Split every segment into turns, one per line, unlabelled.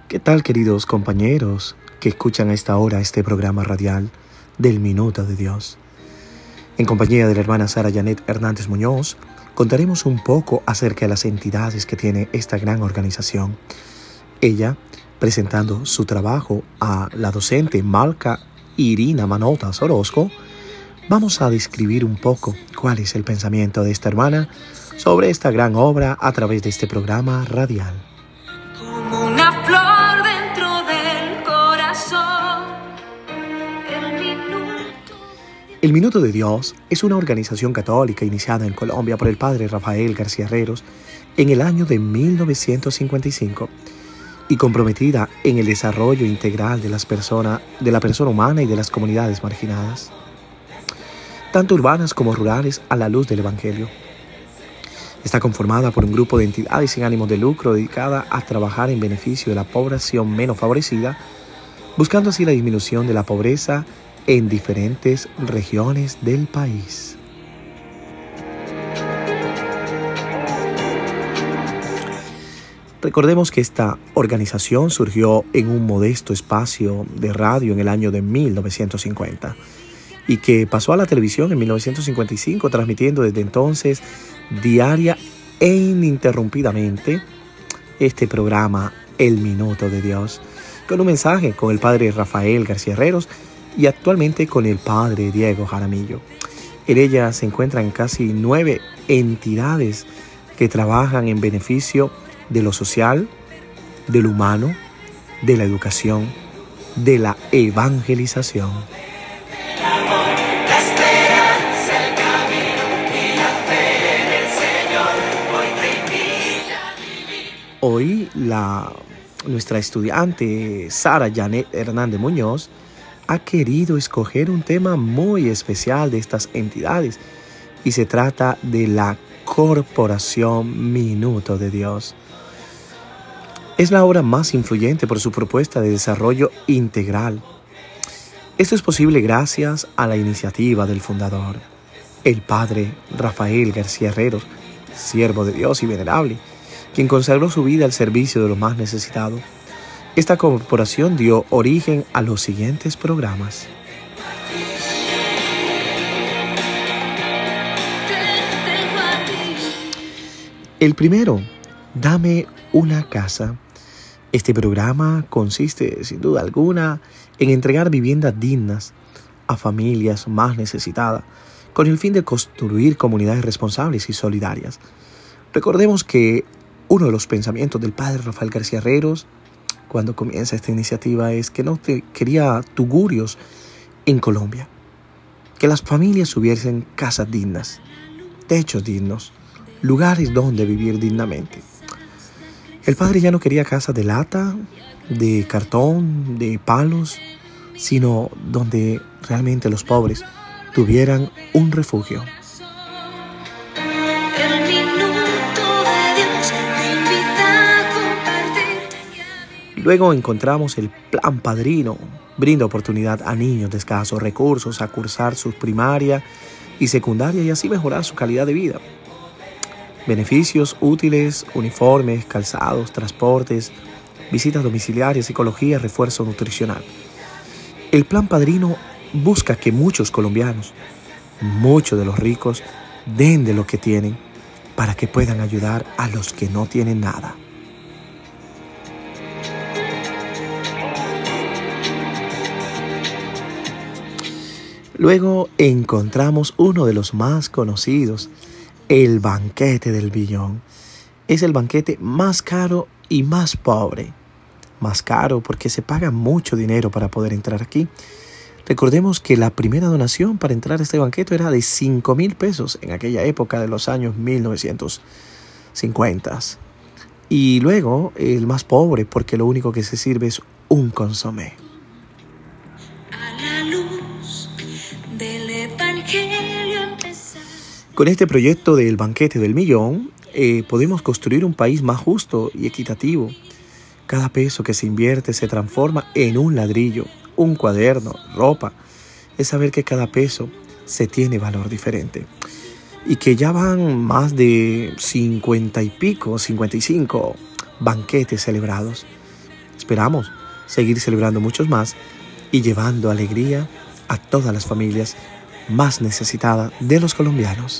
¿Qué tal, queridos compañeros que escuchan a esta hora este programa radial del Minuto de Dios? En compañía de la hermana Sara Janet Hernández Muñoz, contaremos un poco acerca de las entidades que tiene esta gran organización. Ella, presentando su trabajo a la docente Malca Irina Manotas Orozco, vamos a describir un poco cuál es el pensamiento de esta hermana sobre esta gran obra a través de este programa radial.
Como una flor dentro del corazón,
El Minuto de Dios es una organización católica iniciada en Colombia por el padre Rafael García Herreros en el año de 1955 y comprometida en el desarrollo integral de la persona humana y de las comunidades marginadas, tanto urbanas como rurales, a la luz del Evangelio. Está conformada por un grupo de entidades sin ánimo de lucro dedicada a trabajar en beneficio de la población menos favorecida, buscando así la disminución de la pobreza en diferentes regiones del país. Recordemos que esta organización surgió en un modesto espacio de radio en el año de 1950 y que pasó a la televisión en 1955, transmitiendo desde entonces diaria e ininterrumpidamente este programa El Minuto de Dios, con un mensaje con el padre Rafael García Herreros y actualmente con el padre Diego Jaramillo. En ella se encuentran casi 9 entidades que trabajan en beneficio de lo social, de lo humano, de la educación, de la evangelización. Hoy nuestra estudiante Sara Janet Hernández Muñoz ha querido escoger un tema muy especial de estas entidades y se trata de la Corporación Minuto de Dios. Es la obra más influyente por su propuesta de desarrollo integral. Esto es posible gracias a la iniciativa del fundador, el padre Rafael García Herreros, siervo de Dios y venerable, quien consagró su vida al servicio de los más necesitados. Esta corporación dio origen a los siguientes programas. El primero, Dame una casa. Este programa consiste, sin duda alguna, en entregar viviendas dignas a familias más necesitadas, con el fin de construir comunidades responsables y solidarias. Recordemos que uno de los pensamientos del padre Rafael García Herreros, cuando comienza esta iniciativa, es que no quería tugurios en Colombia, que las familias tuviesen casas dignas, techos dignos, lugares donde vivir dignamente. El padre ya no quería casas de lata, de cartón, de palos, sino donde realmente los pobres tuvieran un refugio. Luego encontramos el Plan Padrino. Brinda oportunidad a niños de escasos recursos a cursar su primaria y secundaria y así mejorar su calidad de vida. Beneficios útiles, uniformes, calzados, transportes, visitas domiciliarias, psicología, refuerzo nutricional. El Plan Padrino busca que muchos colombianos, muchos de los ricos, den de lo que tienen para que puedan ayudar a los que no tienen nada. Luego encontramos uno de los más conocidos, el banquete del billón. Es el banquete más caro y más pobre. Más caro porque se paga mucho dinero para poder entrar aquí. Recordemos que la primera donación para entrar a este banquete era de 5,000 pesos en aquella época de los años 1950. Y luego el más pobre porque lo único que se sirve es un consomé. Con este proyecto del banquete del millón, podemos construir un país más justo y equitativo. Cada peso que se invierte se transforma en un ladrillo, un cuaderno, ropa. Es saber que cada peso se tiene valor diferente. Y que ya van más de 55 banquetes celebrados. Esperamos seguir celebrando muchos más y llevando alegría a todas las familias más necesitadas de los colombianos.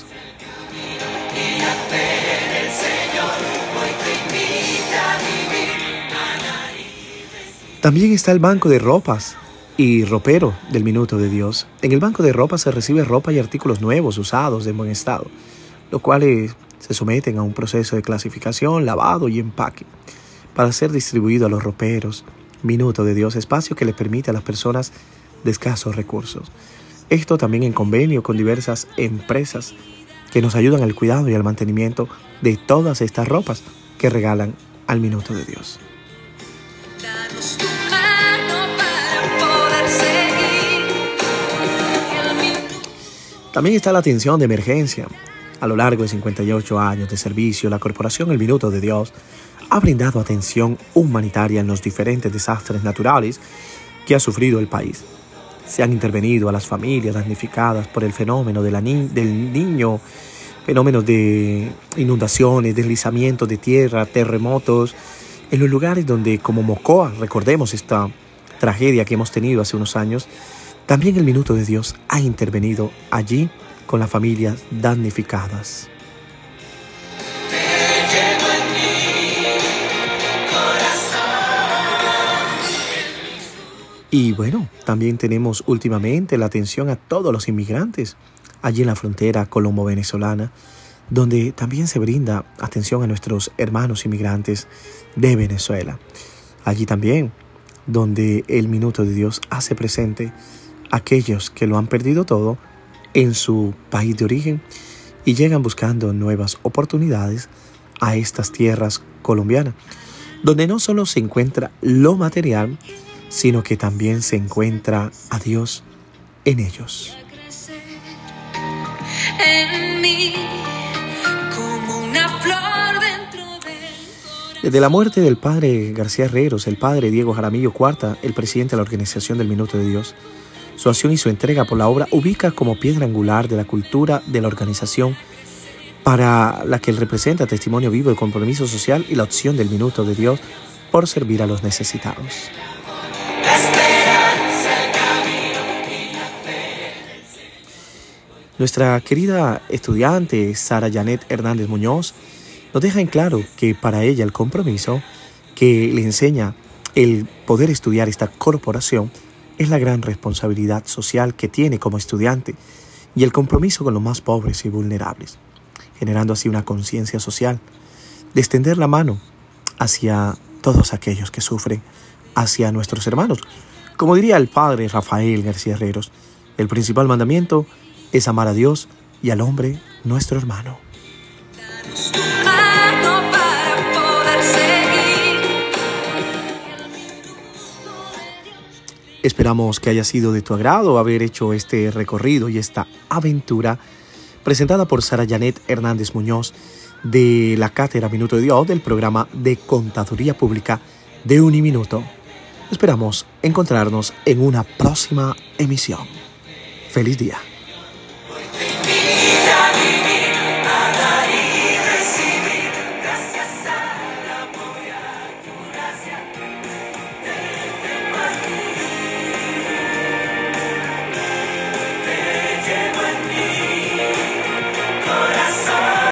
También está el banco de ropas y ropero del Minuto de Dios. En el banco de ropa se recibe ropa y artículos nuevos, usados, en buen estado, los cuales se someten a un proceso de clasificación, lavado y empaque para ser distribuido a los roperos. Minuto de Dios, espacio que le permite a las personas de escasos recursos. Esto también en convenio con diversas empresas que nos ayudan al cuidado y al mantenimiento de todas estas ropas que regalan al Minuto de Dios. También está la atención de emergencia. A lo largo de 58 años de servicio, la Corporación El Minuto de Dios ha brindado atención humanitaria en los diferentes desastres naturales que ha sufrido el país. Se han intervenido a las familias damnificadas por el fenómeno del niño, fenómenos de inundaciones, deslizamientos de tierra, terremotos, en los lugares donde, como Mocoa, recordemos esta tragedia que hemos tenido hace unos años, también el Minuto de Dios ha intervenido allí con las familias damnificadas. Y bueno, también tenemos últimamente la atención a todos los inmigrantes allí en la frontera colombo-venezolana, donde también se brinda atención a nuestros hermanos inmigrantes de Venezuela. Allí también, donde el Minuto de Dios hace presente a aquellos que lo han perdido todo en su país de origen y llegan buscando nuevas oportunidades a estas tierras colombianas, donde no solo se encuentra lo material, sino que también se encuentra a Dios en ellos. Desde la muerte del padre García Herreros, el padre Diego Jaramillo Cuarta, el presidente de la Organización del Minuto de Dios, su acción y su entrega por la obra ubica como piedra angular de la cultura de la organización, para la que él representa testimonio vivo de compromiso social y la opción del Minuto de Dios por servir a los necesitados. Nuestra querida estudiante Sara Janet Hernández Muñoz nos deja en claro que para ella el compromiso que le enseña el poder estudiar esta corporación es la gran responsabilidad social que tiene como estudiante y el compromiso con los más pobres y vulnerables, generando así una conciencia social de extender la mano hacia todos aquellos que sufren, hacia nuestros hermanos. Como diría el padre Rafael García Herreros, el principal mandamiento es amar a Dios y al hombre, nuestro hermano. Esperamos que haya sido de tu agrado haber hecho este recorrido y esta aventura presentada por Sara Janet Hernández Muñoz de la Cátedra Minuto de Dios del programa de Contaduría Pública de Uniminuto. Esperamos encontrarnos en una próxima emisión. ¡Feliz día!